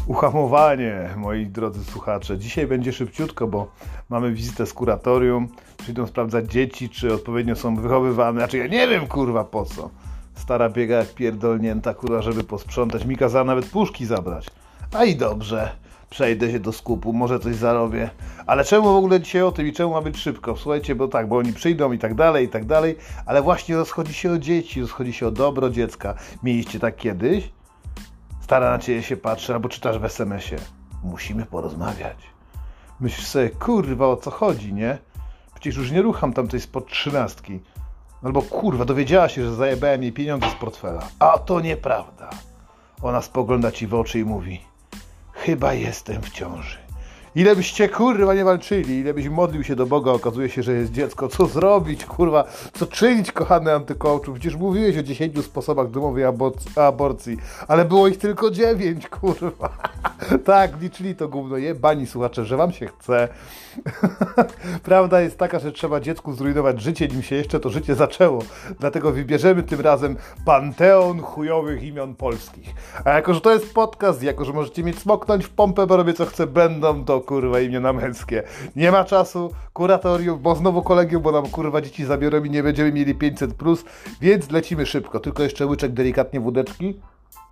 Uhamowanie, moi drodzy słuchacze. Dzisiaj będzie szybciutko, bo mamy wizytę z kuratorium. Przyjdą sprawdzać dzieci, czy odpowiednio są wychowywane. Znaczy ja nie wiem, kurwa, po co. Stara biega jak pierdolnięta, kurwa, żeby posprzątać. Mi kazała nawet puszki zabrać. A i dobrze. Przejdę się do skupu, może coś zarobię. Ale czemu w ogóle dzisiaj o tym i czemu ma być szybko? Słuchajcie, bo oni przyjdą i tak dalej, ale właśnie rozchodzi się o dzieci, rozchodzi się o dobro dziecka. Mieliście tak kiedyś? Stara na ciebie się patrzy, albo czytasz w SMS-ie. Musimy porozmawiać. Myślisz sobie, kurwa, o co chodzi, nie? Przecież już nie rucham tamtej spod 13. Albo kurwa, dowiedziała się, że zajebałem jej pieniądze z portfela. A to nieprawda. Ona spogląda ci w oczy i mówi: chyba jestem w ciąży. Ile byście, kurwa, nie walczyli, ile byś modlił się do Boga, okazuje się, że jest dziecko. Co zrobić, kurwa, co czynić, kochany antykołczu? Przecież mówiłeś o 10 sposobach domowej aborcji, ale było ich tylko 9, kurwa. Tak, liczyli to gówno, jebani słuchacze, że wam się chce. Prawda jest taka, że trzeba dziecku zrujnować życie, nim się jeszcze to życie zaczęło. Dlatego wybierzemy tym razem panteon chujowych imion polskich. A jako, że to jest podcast, jako, że możecie mieć smoknąć w pompę, bo robię co chcę, będą to, kurwa, imiona męskie. Nie ma czasu, kuratorium, bo znowu kolegium, bo nam, kurwa, dzieci zabiorą i nie będziemy mieli 500+, więc lecimy szybko. Tylko jeszcze łyczek delikatnie wódeczki.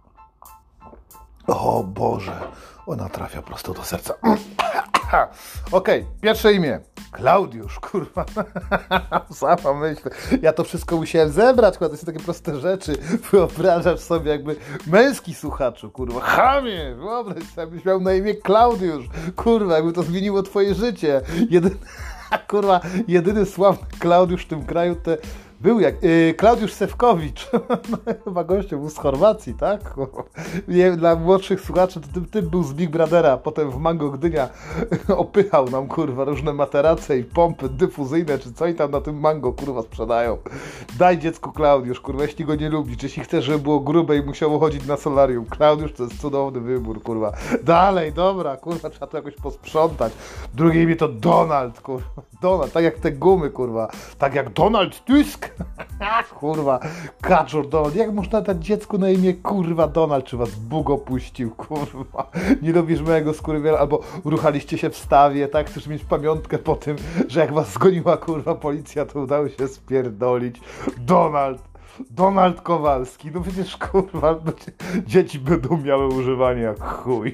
O Boże, ona trafia prosto do serca. Okej, pierwsze imię. Klaudiusz, kurwa. Sama myślę. Ja to wszystko musiałem zebrać, kurwa, to są takie proste rzeczy. Wyobrażasz sobie jakby męski słuchaczu, kurwa. Chamie, wyobraź sobie, jakbyś miał na imię Klaudiusz. Kurwa, jakby to zmieniło twoje życie. Jedyny sławny Klaudiusz w tym kraju to był Klaudiusz Sewkowicz. Chyba gościu był z Chorwacji, tak? Nie, dla młodszych słuchaczy to tym był z Big Brothera. Potem w Mango Gdynia opychał nam, kurwa, różne materace i pompy dyfuzyjne, czy coś tam na tym Mango, kurwa, sprzedają. Daj dziecku Klaudiusz, kurwa, jeśli go nie lubisz, jeśli chcesz, żeby było grube i musiało chodzić na solarium. Klaudiusz to jest cudowny wybór, kurwa. Dalej, dobra, kurwa, trzeba to jakoś posprzątać. Drugie imię to Donald, kurwa. Donald, tak jak te gumy, kurwa. Tak jak Donald Tusk. Kurwa, kaczor Donald. Jak można dać dziecku na imię, kurwa, Donald? Czy was Bóg opuścił, kurwa? Nie lubisz mojego skurwiela? Albo ruchaliście się w stawie, tak? Chcesz mieć pamiątkę po tym, że jak was zgoniła, kurwa, policja, to udało się spierdolić. Donald Kowalski. No przecież, kurwa, dzieci będą miały używanie jak chuj.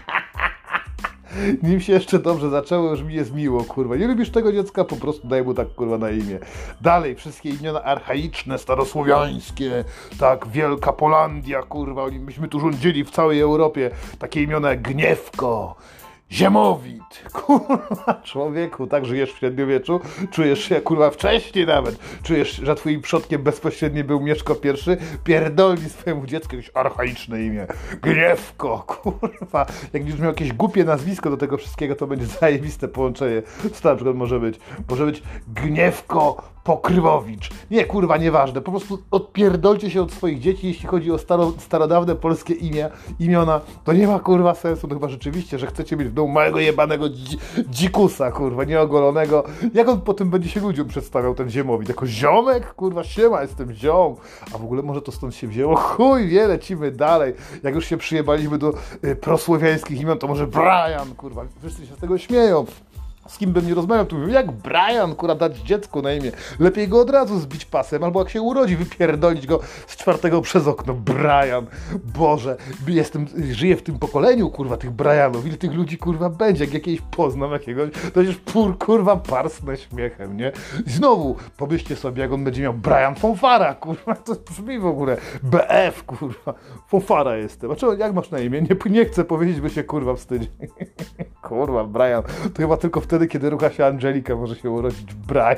Nim się jeszcze dobrze zaczęło, już mi jest miło, kurwa. Nie lubisz tego dziecka? Po prostu daj mu tak, kurwa, na imię. Dalej, wszystkie imiona archaiczne, starosłowiańskie, tak, Wielka Polandia, kurwa, myśmy tu rządzili w całej Europie. Takie imiona jak Gniewko, Ziemowit, kurwa, człowieku, tak żyjesz w średniowieczu? Czujesz się, kurwa, wcześniej nawet. Czujesz, że twoim przodkiem bezpośredni był Mieszko I? Pierdolni swojemu dziecku jakieś archaiczne imię. Gniewko, kurwa. Jak już miał jakieś głupie nazwisko do tego wszystkiego, to będzie zajebiste połączenie. Co na przykład może być? Może być Gniewko Pokrywowicz. Nie, kurwa, nieważne. Po prostu odpierdolcie się od swoich dzieci, jeśli chodzi o starodawne polskie imiona. To nie ma, kurwa, sensu. No chyba rzeczywiście, że chcecie mieć w domu małego jebanego dzikusa, kurwa, nieogolonego. Jak on potem będzie się ludziom przedstawiał, ten Ziemowit? Jako ziomek? Kurwa, siema, jestem ziom. A w ogóle może to stąd się wzięło? Chuj wie, lecimy dalej. Jak już się przyjebaliśmy do prosłowiańskich imion, to może Brian, kurwa. Wszyscy się z tego śmieją. Z kim bym nie rozmawiał, to mówił, jak Brian, kurwa, dać dziecku na imię. Lepiej go od razu zbić pasem, albo jak się urodzi, wypierdolić go z 4. przez okno. Brian, Boże, żyję w tym pokoleniu, kurwa, tych Brianów. Ile tych ludzi, kurwa, będzie? Jak jakieś poznam jakiegoś, to już kurwa, parsnę śmiechem, nie? I znowu, pomyślcie sobie, jak on będzie miał Brian Fonfara, kurwa, to brzmi w ogóle. BF, kurwa, Fonfara jestem. A czego, jak masz na imię? Nie chcę powiedzieć, by się, kurwa, wstydzi. Kurwa, Brian, to chyba tylko wtedy, kiedy rucha się Angelika, może się urodzić Brian.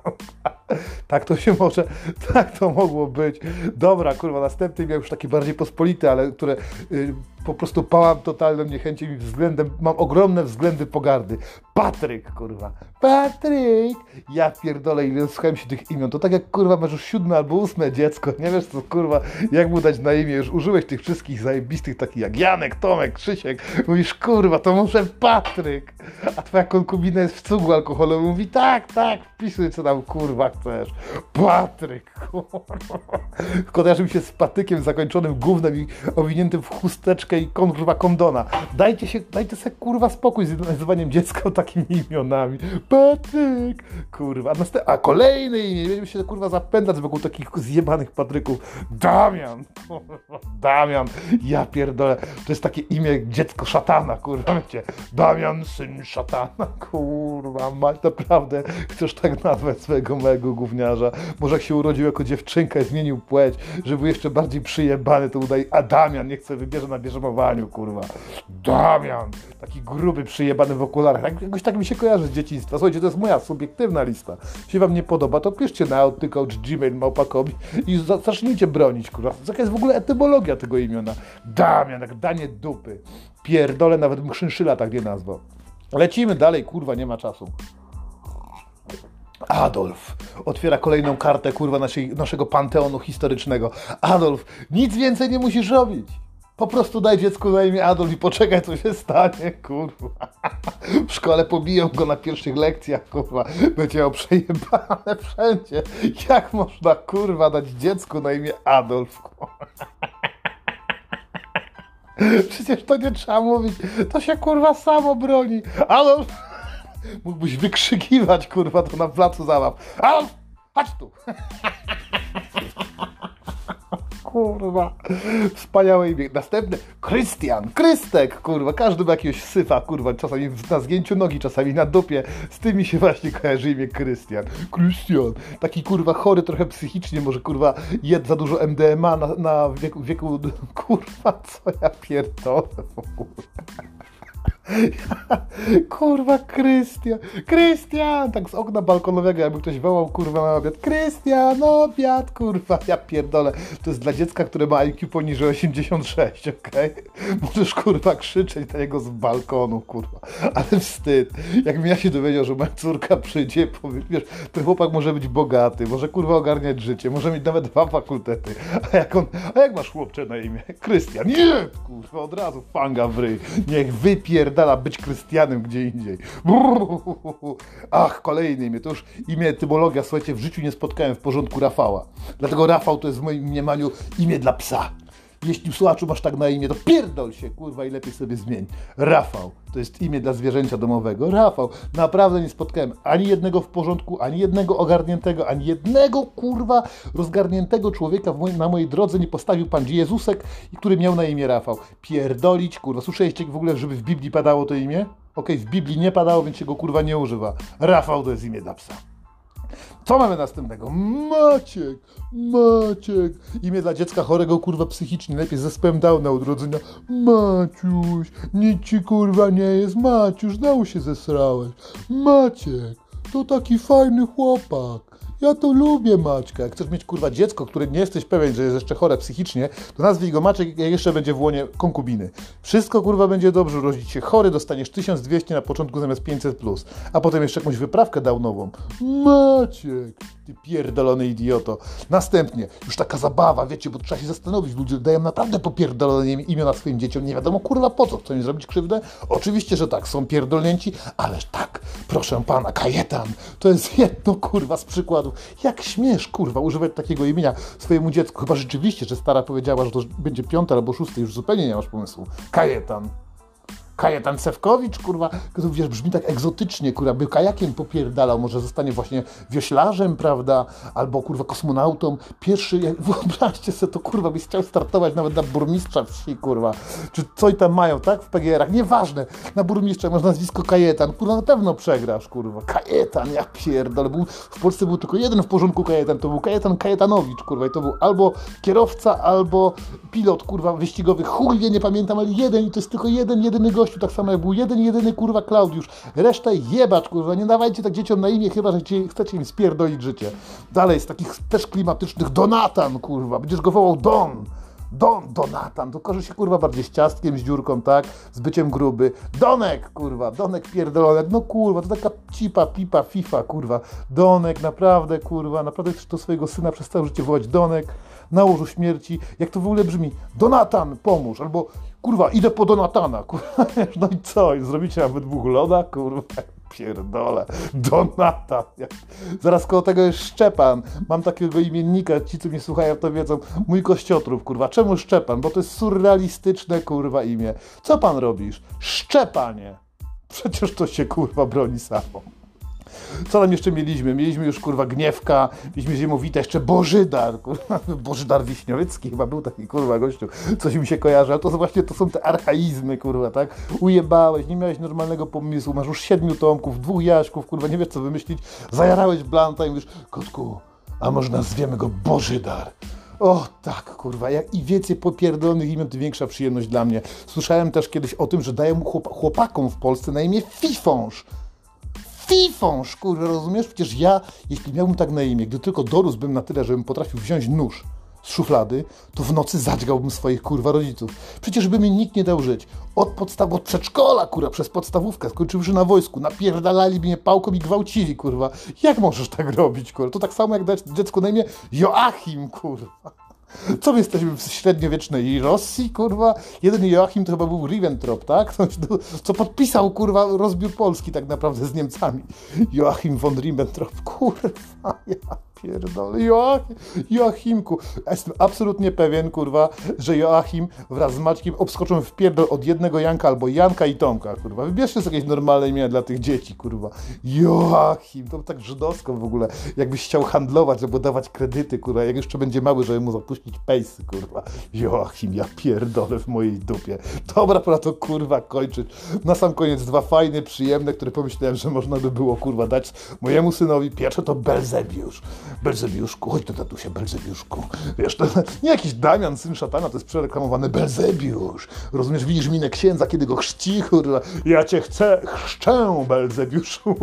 Tak to się może, tak to mogło być. Dobra, kurwa, następny miał już takie bardziej pospolite, ale które po prostu pałam totalną niechęcią i mam ogromne względy pogardy. Patryk, kurwa. Patryk! Ja pierdolę, ile słuchałem się tych imion. To tak jak, kurwa, masz już 7. albo 8. dziecko. Nie wiesz co, kurwa, jak mu dać na imię. Już użyłeś tych wszystkich zajebistych, takich jak Janek, Tomek, Krzysiek. Mówisz, kurwa, to może Patryk. A twoja konkubina jest w cugu alkoholowym. Mówi, tak, wpisuj co tam, kurwa, chcesz. Patryk, Kojarzy mi się z patykiem zakończonym gównem i owiniętym w chusteczkę i kurwa kondona. Dajcie sobie kurwa spokój z nazywaniem dziecka takimi imionami. Patryk! Kurwa. A kolejne imię. Będziemy się kurwa zapędzać wokół takich zjebanych Patryków. Damian! Kurwa, Damian! Ja pierdolę. To jest takie imię dziecko szatana, kurwa. Wiecie. Damian, syn szatana. Kurwa, mać naprawdę. Chcesz tak nazwać swojego małego gówniarza? Może jak się urodził jako dziewczynka i zmienił płeć, żeby był jeszcze bardziej przyjebany, to udaje Adamian, niech sobie wybierze na bierzmowaniu, kurwa. Damian! Taki gruby, przyjebany w okularach. Jakoś tak mi się kojarzy z dzieciństwa. Słuchajcie, to jest moja subiektywna lista. Jeśli wam nie podoba, to piszcie na outcoach@gmail.com i zacznijcie bronić, kurwa. Jaka jest w ogóle etymologia tego imiona? Damian, jak danie dupy. Pierdolę, nawet mszynszyle tak nie nazwał. Lecimy dalej, kurwa, nie ma czasu. Adolf otwiera kolejną kartę, kurwa, naszego panteonu historycznego. Adolf, nic więcej nie musisz robić. Po prostu daj dziecku na imię Adolf i poczekaj, co się stanie, kurwa. W szkole pobiją go na pierwszych lekcjach, kurwa. Będzie miał przejebane wszędzie. Jak można, kurwa, dać dziecku na imię Adolf, kurwa? Przecież to nie trzeba mówić. To się, kurwa, samo broni. Adolf! Mógłbyś wykrzykiwać, kurwa, to na placu zabaw. Adolf! Chodź tu! Kurwa, wspaniałe imię. Następny, Krystian, Krystek, kurwa, każdy ma jakiegoś syfa, kurwa, czasami na zgięciu nogi, czasami na dupie. Z tym mi się właśnie kojarzy imię Krystian. Krystian, taki kurwa chory trochę psychicznie, może kurwa jadł za dużo MDMA na wieku, kurwa, co ja pierdolę w ogóle. Kurwa, Krystian, tak z okna balkonowego, jakby ktoś wołał, kurwa, na obiad. Krystian, obiad, kurwa, ja pierdolę. To jest dla dziecka, które ma IQ poniżej 86, okej? Możesz, kurwa, krzyczeć na niego z balkonu, kurwa. Ale wstyd. Jakbym ja się dowiedział, że moja córka przyjdzie, wiesz, ten chłopak może być bogaty, może, kurwa, ogarniać życie, może mieć nawet 2 fakultety. A jak masz chłopcze na imię? Krystian. Nie, kurwa, od razu fanga w ryj. Niech wypierdala być Krystianem gdzie indziej. Ach, kolejne imię. To już imię etymologia. Słuchajcie, w życiu nie spotkałem w porządku Rafała. Dlatego Rafał to jest w moim mniemaniu imię dla psa. Jeśli słuchaczu masz tak na imię, to pierdol się, kurwa, i lepiej sobie zmień. Rafał to jest imię dla zwierzęcia domowego. Rafał. Naprawdę nie spotkałem ani jednego w porządku, ani jednego ogarniętego, ani jednego, kurwa, rozgarniętego człowieka na mojej drodze nie postawił Pan Jezusek, który miał na imię Rafał. Pierdolić, kurwa. Słyszeliście w ogóle, żeby w Biblii padało to imię? Okej, w Biblii nie padało, więc się go, kurwa, nie używa. Rafał to jest imię dla psa. Co mamy następnego? Maciek! Imię dla dziecka chorego, kurwa, psychicznie, lepiej z zespołem Downa od urodzenia. Maciuś, nic ci, kurwa, nie jest. Maciuś, znowu się zesrałeś. Maciek, to taki fajny chłopak. Ja to lubię Maćka. Jak chcesz mieć, kurwa, dziecko, które nie jesteś pewien, że jest jeszcze chore psychicznie, to nazwij go Maciek, jak jeszcze będzie w łonie konkubiny. Wszystko, kurwa, będzie dobrze. Urodzić się chory, dostaniesz 1200 na początku zamiast 500+. A potem jeszcze jakąś wyprawkę downową. Maciek, ty pierdolony idioto. Następnie, już taka zabawa, wiecie, bo trzeba się zastanowić. Ludzie dają naprawdę popierdolone imiona swoim dzieciom. Nie wiadomo, kurwa, po co. Chcą im zrobić krzywdę? Oczywiście, że tak. Są pierdolnięci, ależ tak, proszę pana, Kajetan. To jest jedno, kurwa, z przykładów. Jak śmiesz, kurwa, używać takiego imienia swojemu dziecku? Chyba rzeczywiście, że stara powiedziała, że to będzie 5. albo 6, już zupełnie nie masz pomysłu. Kajetan. Kajetan Sewkowicz, kurwa, to wiesz, brzmi tak egzotycznie, kurwa, by kajakiem popierdalał, może zostanie właśnie wioślarzem, prawda, albo, kurwa, kosmonautą. Pierwszy, wyobraźcie sobie to, kurwa, byś chciał startować nawet na burmistrza wsi, kurwa, czy coś tam mają, tak, w PGR-ach, nieważne, na burmistrza masz nazwisko Kajetan, kurwa, na pewno przegrasz, kurwa, Kajetan, ja pierdolę, w Polsce był tylko jeden w porządku Kajetan, to był Kajetan Kajetanowicz, kurwa, i to był albo kierowca, albo pilot, kurwa, wyścigowy, chuj wie, nie pamiętam, ale jeden, i to jest tylko jedyny gościu, tak samo jak był jedyny, kurwa, Klaudiusz. Resztę jebacz, kurwa, nie dawajcie tak dzieciom na imię, chyba że chcecie im spierdolić życie. Dalej, z takich też klimatycznych, Donatan, kurwa, będziesz go wołał Donatan, to kojarzy się, kurwa, bardziej z ciastkiem, z dziurką, tak, z byciem gruby. Donek, kurwa, Donek pierdolonek, no kurwa, to taka cipa, pipa, fifa, kurwa. Donek, naprawdę, kurwa, naprawdę chcesz to swojego syna przez całe życie wołać Donek, na łożu śmierci, jak to w ogóle brzmi? Donatan, pomóż, albo kurwa, idę po Donatana, kurwa, no i co? I zrobicie nawet 2 loda, kurwa, pierdolę. Donata. Zaraz koło tego jest Szczepan. Mam takiego imiennika, ci co mnie słuchają to wiedzą. Mój kościotrów, kurwa. Czemu Szczepan? Bo to jest surrealistyczne, kurwa, imię. Co pan robisz? Szczepanie. Przecież to się, kurwa, broni samo. Co tam jeszcze mieliśmy? Mieliśmy już, kurwa, Gniewka, mieliśmy Ziemowita, jeszcze Bożydar, kurwa, Bożydar Wiśniowiecki chyba był taki, kurwa, gościu, coś mi się kojarzy, ale to właśnie to są te archaizmy, kurwa, tak? Ujebałeś, nie miałeś normalnego pomysłu, masz już 7 tomków, 2 Jaśków, kurwa, nie wiesz co wymyślić, zajarałeś Blanta i mówisz, kotku, a może nazwiemy go Bożydar? O tak, kurwa, jak i więcej popierdolonych imion, tym większa przyjemność dla mnie. Słyszałem też kiedyś o tym, że dają mu chłopakom w Polsce na imię Fifąż. Fifąż, kurwa, rozumiesz? Przecież ja, jeśli miałbym tak na imię, gdy tylko dorósłbym na tyle, żebym potrafił wziąć nóż z szuflady, to w nocy zadźgałbym swoich, kurwa, rodziców. Przecież by mi nikt nie dał żyć. Od przedszkola, kurwa, przez podstawówkę, skończywszy na wojsku, napierdalali mnie pałką i gwałcili, kurwa. Jak możesz tak robić, kurwa? To tak samo jak dać dziecku na imię Joachim, kurwa. Co my jesteśmy w średniowiecznej Rosji, kurwa? Jeden Joachim to chyba był Ribbentrop, tak? Co podpisał, kurwa, rozbiór Polski tak naprawdę z Niemcami. Joachim von Ribbentrop, kurwa, ja pierdolę, Joachimku. Ja jestem absolutnie pewien, kurwa, że Joachim wraz z Maćkiem obskoczą w pierdol od jednego Janka albo Janka i Tomka, kurwa. Wybierzcie sobie jakieś normalne imię dla tych dzieci, kurwa. Joachim, to tak żydowsko w ogóle. Jakbyś chciał handlować albo dawać kredyty, kurwa, jak jeszcze będzie mały, żeby mu zapuścić pejsy, kurwa. Joachim, ja pierdolę w mojej dupie. Dobra, pora to, kurwa, kończyć. Na sam koniec 2 fajne, przyjemne, które pomyślałem, że można by było, kurwa, dać mojemu synowi. Pierwsze to Belzebiusz. Belzebiuszku, chodź do tatusia, Belzebiuszku. Wiesz, to nie jakiś Damian, syn szatana, to jest przereklamowane Belzebiusz. Rozumiesz, widzisz minę księdza, kiedy go chrzci, kurwa. Ja cię chrzczę, Belzebiuszu.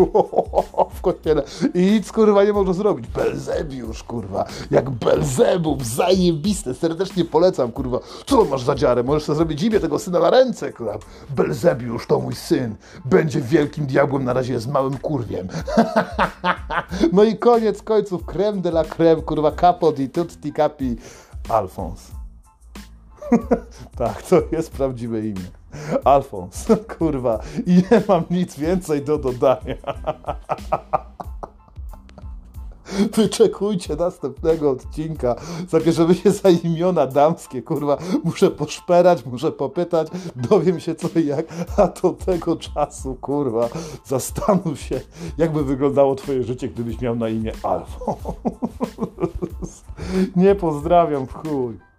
W kościele. I nic, kurwa, nie można zrobić. Belzebiusz, kurwa. Jak Belzebub, zajebiste. Serdecznie polecam, kurwa. Co masz za dziarę? Możesz sobie zrobić imię tego syna na ręce, kurwa. Belzebiusz to mój syn. Będzie wielkim diabłem, na razie jest małym kurwiem. No i koniec końców, creme de la creme, kurwa, capo di tutti capi, Alfons. Tak, to jest prawdziwe imię. Alfons, kurwa. I nie mam nic więcej do dodania. Wyczekujcie następnego odcinka. Zabierzemy się za imiona damskie, kurwa. Muszę poszperać, muszę popytać, dowiem się co i jak, a do tego czasu, kurwa, zastanów się, jakby wyglądało twoje życie, gdybyś miał na imię Alfons. Nie pozdrawiam, w chuj.